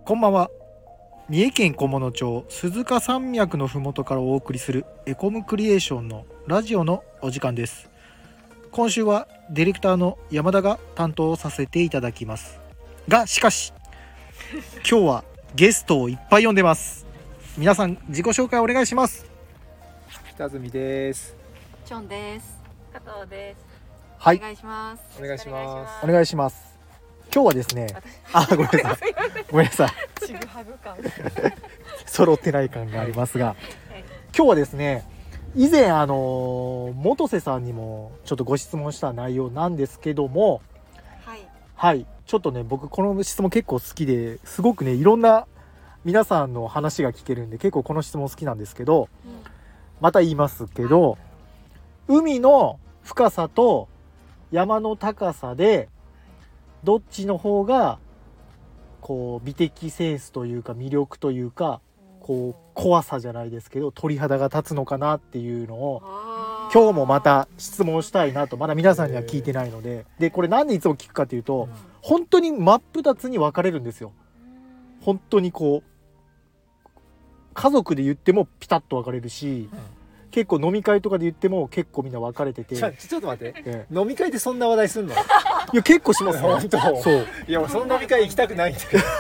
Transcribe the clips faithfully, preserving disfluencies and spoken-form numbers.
こんばんは。三重県菰野町鈴鹿山脈のふもとからお送りするエコムクリエーションのラジオのお時間です。今週はディレクターの山田が担当させていただきますが、しかし今日はゲストをいっぱい呼んでます。皆さん自己紹介お願いします。 北住です。 チョンです。加藤です。 はい、 お願いします。 お願いします。 お願いします。今日はですね、あ、ごめんなさいごめんなさいちぐはぐ感揃ってない感がありますが、今日はですね、以前あの元瀬さんにもちょっとご質問した内容なんですけども、 はいはい、ちょっとね、僕この質問結構好きで、すごくね、いろんな皆さんの話が聞けるんで結構この質問好きなんですけど、うん、また言いますけど、はい、海の深さと山の高さでどっちの方がこう美的センスというか魅力というか、こう怖さじゃないですけど鳥肌が立つのかなっていうのを今日もまた質問したいなと。まだ皆さんには聞いてないので、でこれなんでいつも聞くかというと、本当に真っ二つに分かれるんですよ。本当にこう家族で言ってもピタッと分かれるし、結構飲み会とかで言っても結構みんな分かれてて。 ちょ、ちょっと待って、ええ、飲み会でそんな話題すんの？いや結構しますね。 本当。そう。いやもうそんな飲み会行きたくないんだけど。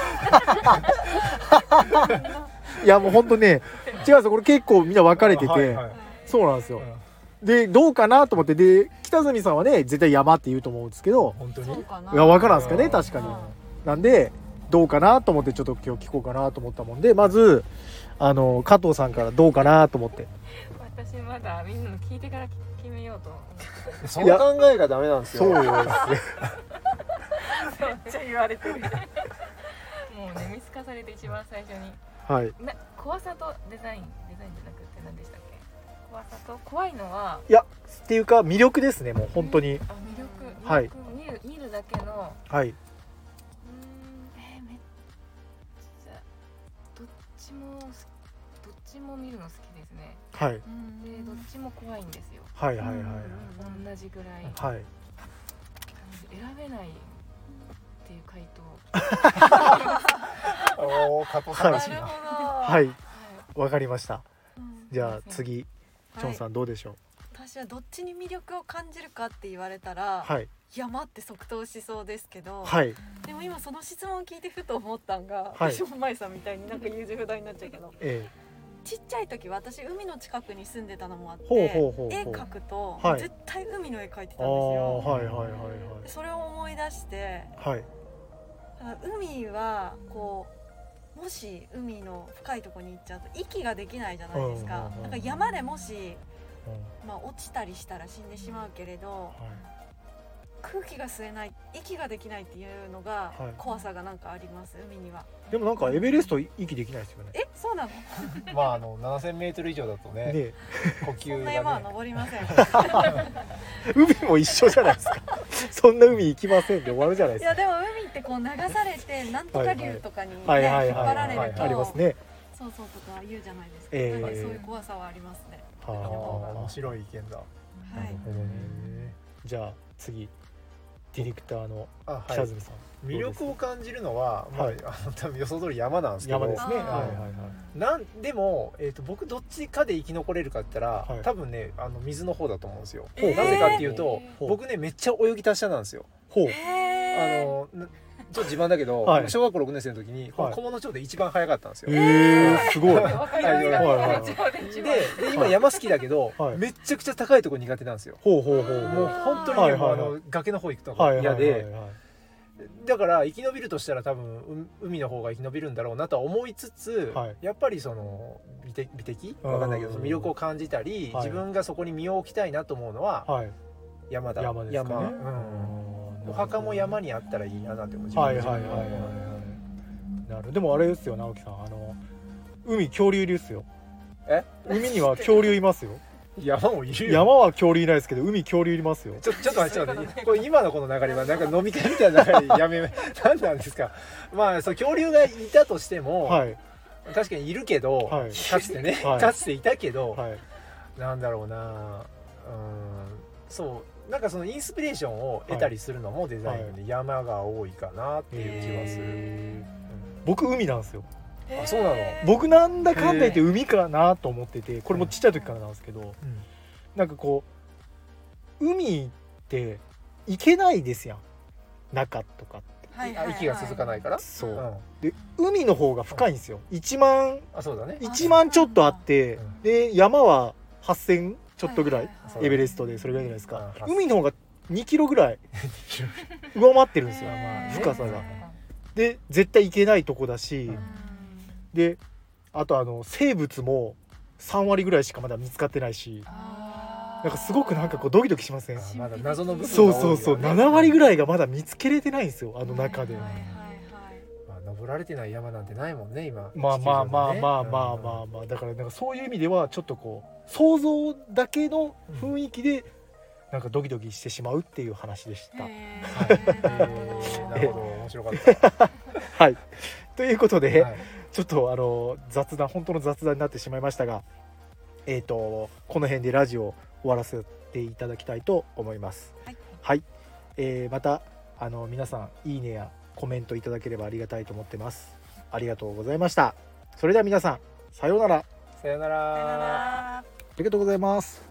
いやもう本当ね、違うんですよ。これ結構みんな分かれてて、はいはい、そうなんですよ。うん、でどうかなと思って、で北住さんはね絶対山って言うと思うんですけど、 本当に？ いや分からんすかね、確かに。なんでどうかなと思ってちょっと今日聞こうかなと思ったもんで、まずあの加藤さんからどうかなと思って。 私まだみんなの聞いてから決めようと思って。 その考えがダメなんですよ。 そうですね。 めっちゃ言われてる。もうね、見透かされて一番最初に。 はい。 な怖さとデザイン、デザインじゃなくて何でしたっけ？怖さと怖いのは。 いやっていうか魅力ですね。もう本当に。 あ、魅力。魅力、 はい。 見る見るだけの。 はい。 うーん、えー、めっちゃどっちもどっちも見るの好きですね。 はい。 でどっちも怖いんですよ。 はいはいはいはい。 同じぐらい。 はい。 選べないっていう回答。 おお、加藤さんらしいな。 はい。わかりました。じゃあ次、チョンさんどうでしょう。 私はどっちに魅力を感じるかって言われたら、 はい、 山って即答しそうですけど、 はい、 でも今その質問を聞いてふと思ったんが、 はい、 私も舞さんみたいになんか優柔不断になっちゃうけど、 ええ、 ちっちゃい時私海の近くに住んでたのもあって、 ほうほうほうほう、 絵描くと、はい、絶対海の絵描いてたんですよ。 はいはいはいはい、 それを思い出して、 はい、 海はこうもし海の深いところに行っちゃうと息ができないじゃないですか。なんか山でもし、まあ、落ちたりしたら死んでしまうけれど、はい、空気が吸えない、息ができないっていうのが怖さがなんかあります、海には。 でもなんかエベレスト息できないですよね。 え、そうなの？ まああのななせんメートル以上だとね、ね呼吸がね、 そんな山は登りません。 海も一緒じゃないですか。そんな海行きませんで終わるじゃないですか。 いやでも海ってこう流されてなんとか流とかにね、引っ張られると、 ありますね。 そうそうとか言うじゃないですか。 えー、 なんかそういう怖さはありますね。 ああ、面白い意見だ。 はい。 なるほどね。じゃあ次ディレクターの北住さん、はい、 魅力を感じるのは、まあ、はい、あの多分予想通り山なんですけど、 山ですね。はいはいはい。 なんでも、えーと、僕どっちかで生き残れるかって言ったら、はい、多分ねあの水の方だと思うんですよ。なぜかっていうと、僕ねめっちゃ泳ぎ達者なんですよ。ほう。あのちょっと自慢だけど、はい、小学校ろくねん生の時に、はい、菰野町で一番早かったんですよ。 へー、すごい。で、 で今山好きだけど、はい、めちゃくちゃ高いところ苦手なんですよ。ほうほうほう。もう本当に、ね、はいはいはい、あの崖の方行くとか嫌で、だから生き延びるとしたら多分海の方が生き延びるんだろうなとは思いつつ、はい、やっぱりその美的、美的わかんないけど魅力を感じたり、はい、自分がそこに身を置きたいなと思うのは、はい、山だ。 山ですかね。 山、うん、お墓も山にあったらいいなって思う。自分はいはいはいはいはい。なる。でもあれですよ、直樹さん、あの海恐竜ですよ。 え？ 海には恐竜いますよ。 山もいるよ。 山は恐竜いないですけど、海恐竜いますよ。 ちょちょっと待ってちょっと待って。これ今のこの流れはなんか飲み会みたいな流れやめなんなんですか。まあそう恐竜がいたとしても、はい、確かにいるけど、はい、かつてね、はい、かつていたけど、はい、なんだろうな、うん、そう。なんかそのインスピレーションを得たりするのもデザインで山が多いかなっていう気はする。 僕海なんですよ。 あ、そうなの。 僕なんだかんだ言って海かなと思ってて、これもちっちゃい時からなんですけど、うん、なんかこう海って行けないですやん、中とかって、 はいはいはい、息が続かないから。 そう、うん、で海の方が深いんですよ。いちまん、 あ、そうだね、 いちまんちょっとあって、うん、で山ははっせんちょっとぐらい、はいはいはい、エベレストでそれぐらいじゃないですか、うん、海の方がにキロぐらい上回ってるんですよ深さが。で絶対行けないとこだし、うん、であとあの生物もさんわりぐらいしかまだ見つかってないし、なんかすごくなんかこうドキドキしません？ まだ謎の部分が多いよね。 そうそうそう、ななわりぐらいがまだ見つけれてないんですよ、あの中で。 登られてない山なんてないもんね今。 まあまあまあまあまあまあまあ、だからなんかそういう意味ではちょっとこう想像だけの雰囲気でなんかドキドキしてしまうっていう話でした。はい、 なるほど、面白かった。 はい、ということで、はい、ちょっとあの雑談、本当の雑談になってしまいましたが、えーとこの辺でラジオを終わらせていただきたいと思います。はい、はい、えー、またあの皆さんいいねやコメントいただければありがたいと思ってます。ありがとうございました。それでは皆さん、さようなら。 さようなら。 ありがとうございます。